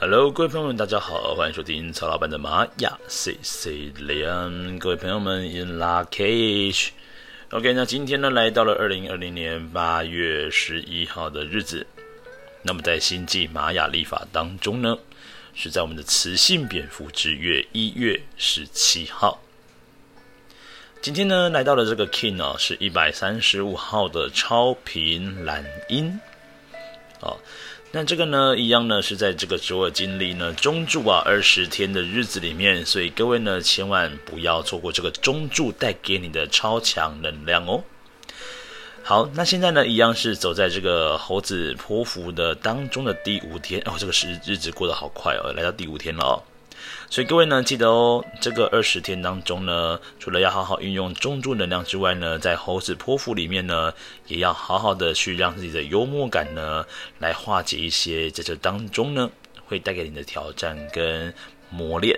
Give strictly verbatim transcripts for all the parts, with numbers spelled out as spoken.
Hello， 各位朋友们，大家好，欢迎收听曹老板的玛雅 C C 两，各位朋友们 in la cage。OK， 那今天呢来到了二零二零年八月十一号的日子。那么在星际玛雅历法当中呢，是在我们的雌性蝙蝠之月一月十七号。今天呢来到了这个 King 啊，是一百三十五号的超频蓝鹰。哦，那这个呢，一样呢是在这个周二经历呢中柱啊二十天的日子里面，所以各位呢千万不要错过这个中柱带给你的超强能量哦。好，那现在呢一样是走在这个猴子波符的当中的第五天哦，这个日日子过得好快哦，来到第五天了哦。所以各位呢记得哦，这个二十天当中呢，除了要好好运用中柱能量之外呢，在猴子波符里面呢，也要好好的去让自己的幽默感呢，来化解一些在这当中呢会带给你的挑战跟磨练。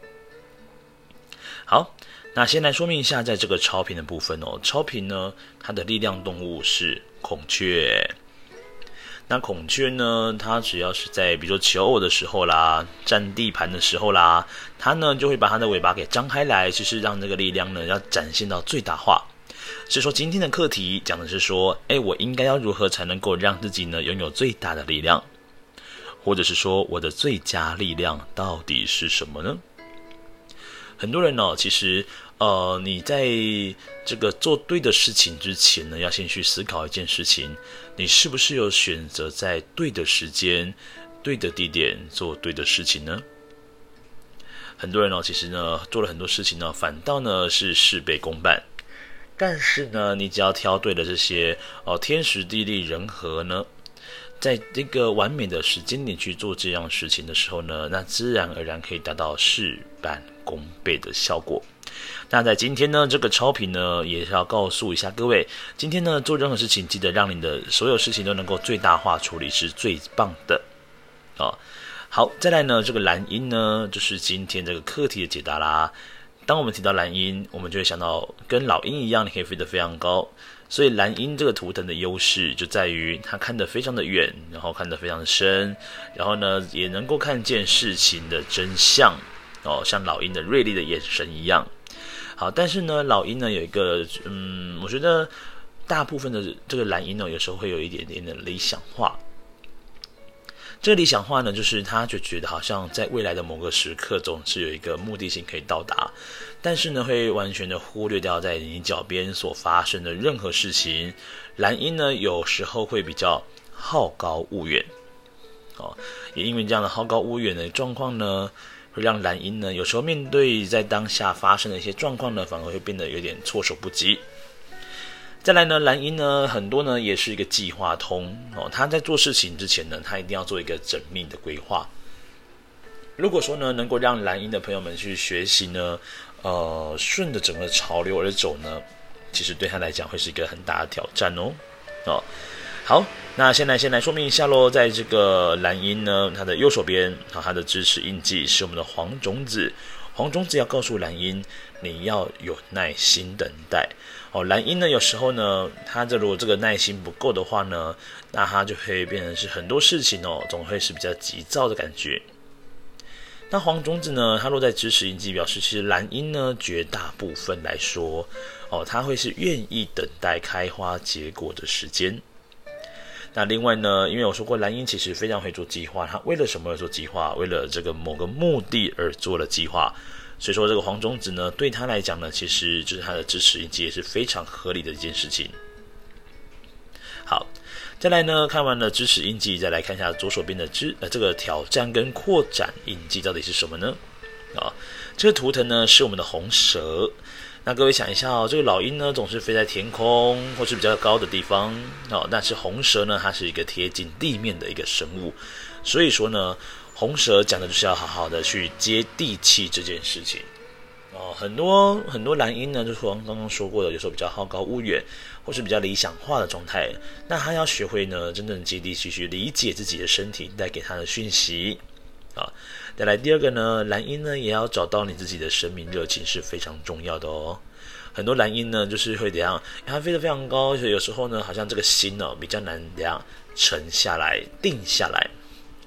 好，那先来说明一下，在这个超频的部分哦，超频呢，它的力量动物是孔雀。那孔雀呢，它只要是在比如说求偶的时候啦，占地盘的时候啦，它呢就会把它的尾巴给张开来，就是让这个力量呢要展现到最大化。所以说今天的课题讲的是说，哎，我应该要如何才能够让自己呢拥有最大的力量，或者是说我的最佳力量到底是什么呢？很多人呢、哦，其实呃，你在这个做对的事情之前呢，要先去思考一件事情：你是不是有选择在对的时间、对的地点做对的事情呢？很多人呢、哦，其实呢做了很多事情呢，反倒呢是事倍功半。但是呢，你只要挑对了这些哦，天时地利人和呢，在这个完美的时间点去做这样事情的时候呢，那自然而然可以达到事半功倍的效果。那在今天呢，这个超频呢，也是要告诉一下各位，今天呢做任何事情，记得让你的所有事情都能够最大化处理，是最棒的。哦，好，再来呢，这个蓝鹰呢，就是今天这个课题的解答啦。当我们提到蓝鹰，我们就会想到跟老鹰一样，你可以飞得非常高。所以蓝鹰这个图腾的优势就在于它看得非常的远，然后看得非常的深，然后呢也能够看见事情的真相哦，像老鹰的锐利的眼神一样。好，但是呢老鹰呢有一个嗯，我觉得大部分的这个蓝鹰呢有时候会有一点点的理想化。这个理想化呢，就是他就觉得好像在未来的某个时刻总是有一个目的性可以到达，但是呢会完全的忽略掉在你脚边所发生的任何事情。蓝鹰呢有时候会比较好高骛远，哦，也因为这样的好高骛远的状况呢，会让蓝鹰呢有时候面对在当下发生的一些状况呢，反而会变得有点措手不及。再来呢，蓝鹰呢，很多呢也是一个计划通哦。他在做事情之前呢，他一定要做一个缜密的规划。如果说呢，能够让蓝鹰的朋友们去学习呢，呃，顺着整个潮流而走呢，其实对他来讲会是一个很大的挑战哦。哦，好，那现在先来说明一下咯，在这个蓝鹰呢，它的右手边，啊，它的支持印记是我们的黄种子。黄种子要告诉蓝鹰，你要有耐心等待。哦，蓝鹰呢，有时候呢，它这如果这个耐心不够的话呢，那它就会变成是很多事情哦，总会是比较急躁的感觉。那黄种子呢，它落在支持印记，表示其实蓝鹰呢，绝大部分来说，哦，它会是愿意等待开花结果的时间。那另外呢，因为我说过蓝鹰其实非常会做计划，它为了什么而做计划？为了这个某个目的而做了计划。所以说这个黄种子呢，对他来讲呢，其实就是他的支持印记也是非常合理的一件事情。好，再来呢，看完了支持印记，再来看一下左手边的支呃这个挑战跟扩展印记到底是什么呢？啊，这个图腾呢是我们的红蛇。那各位想一下哦，这个老鹰呢总是飞在天空或是比较高的地方哦，但是红蛇呢，它是一个贴近地面的一个生物，所以说呢。红蛇讲的就是要好好的去接地气这件事情哦，很多很多蓝鹰呢，就是我刚刚说过的，有时候比较好高骛远，或是比较理想化的状态。那他要学会呢，真正接地气去理解自己的身体带给他的讯息啊。再来第二个呢，蓝鹰呢也要找到你自己的生命热情是非常重要的哦。很多蓝鹰呢，就是会怎样，它飞得非常高，所以有时候呢，好像这个心哦比较难怎样沉下来、定下来。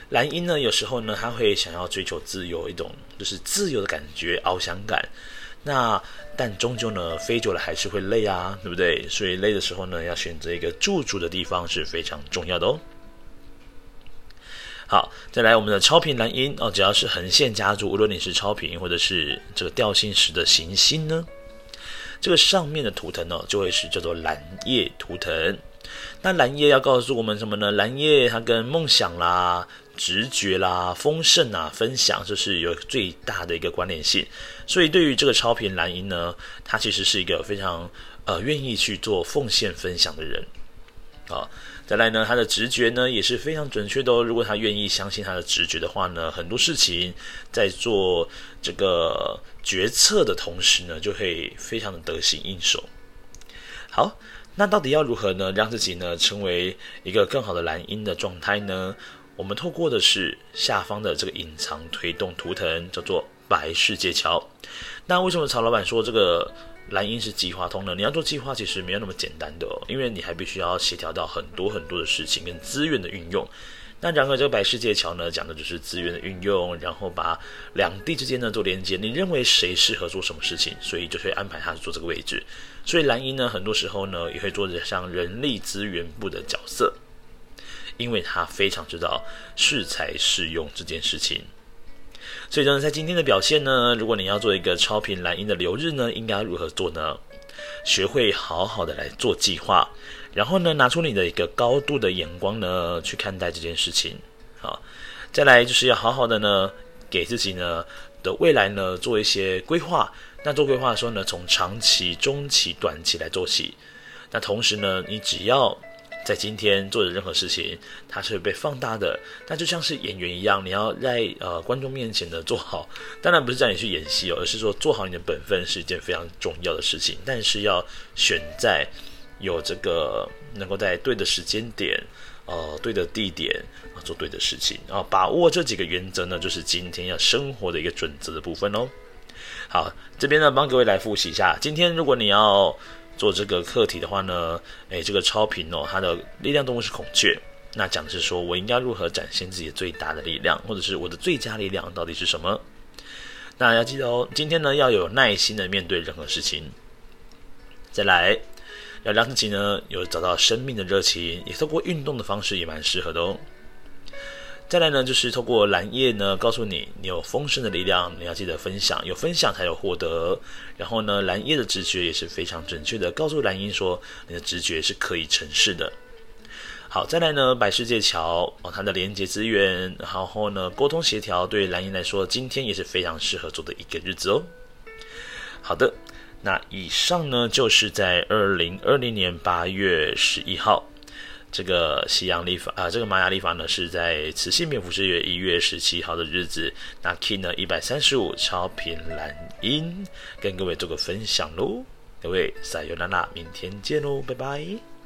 蓝鹰呢，有时候呢，他会想要追求自由，一种就是自由的感觉，翱翔感。那但终究呢，飞久了还是会累啊，对不对？所以累的时候呢，要选择一个驻足的地方是非常重要的哦。好，再来我们的超频蓝鹰哦，只要是横线夹住，无论你是超频或者是这个调性时的行星呢，这个上面的图腾呢、哦，就会是叫做蓝叶图腾。那蓝叶要告诉我们什么呢？蓝叶它跟梦想啦、直觉啦、丰盛啊、分享，这是有最大的一个关联性。所以对于这个超频蓝鹰呢，它其实是一个非常呃愿意去做奉献分享的人啊。再来呢，他的直觉呢也是非常准确的哦。如果他愿意相信他的直觉的话呢，很多事情在做这个决策的同时呢，就会非常的得心应手。好，那到底要如何呢，让自己呢成为一个更好的蓝鹰的状态呢？我们透过的是下方的这个隐藏推动图腾，叫做白世界桥。那为什么曹老板说这个蓝鹰是计划通呢？你要做计划其实没有那么简单的哦，因为你还必须要协调到很多很多的事情跟资源的运用。那然而这个白世界桥呢，讲的就是资源的运用，然后把两地之间呢做连接。你认为谁适合做什么事情，所以就会安排他做这个位置。所以蓝鹰呢，很多时候呢也会做着像人力资源部的角色，因为他非常知道适才适用这件事情。所以呢，在今天的表现呢，如果你要做一个超频蓝鹰的流日呢，应该如何做呢？学会好好的来做计划，然后呢，拿出你的一个高度的眼光呢，去看待这件事情。好，再来就是要好好的呢，给自己呢的未来呢做一些规划。那做规划的时候呢，从长期、中期、短期来做起。那同时呢，你只要在今天做的任何事情，它是会被放大的。那就像是演员一样，你要在呃观众面前呢做好，当然不是叫你去演戏哦，而是说做好你的本分是一件非常重要的事情。但是要选在有这个能够在对的时间点、呃对的地点啊做对的事情啊，把握这几个原则呢，就是今天要生活的一个准则的部分哦。好，这边呢帮各位来复习一下，今天如果你要做这个课题的话呢，诶，这个超频哦，它的力量动物是孔雀。那讲的是说我应该如何展现自己的最大的力量，或者是我的最佳力量到底是什么？那要记得哦，今天呢要有耐心的面对任何事情。再来，要让自己呢有找到生命的热情，也透过运动的方式也蛮适合的哦。再来呢，就是透过蓝叶呢，告诉你你有丰盛的力量，你要记得分享，有分享才有获得。然后呢，蓝叶的直觉也是非常准确的，告诉蓝鹰说你的直觉是可以成事的。好，再来呢，白世界桥哦，它的连接资源，然后呢，沟通协调，对蓝鹰来说，今天也是非常适合做的一个日子哦。好的，那以上呢，就是在二零二零年八月十一号。这个西洋历法啊，这个玛雅历法呢是在慈禧蝙蝠之月一月十七号的日子。那 Key 呢一百三十五超频蓝鹰，跟各位做个分享喽。各位撒尤那拉，明天见喽，拜拜。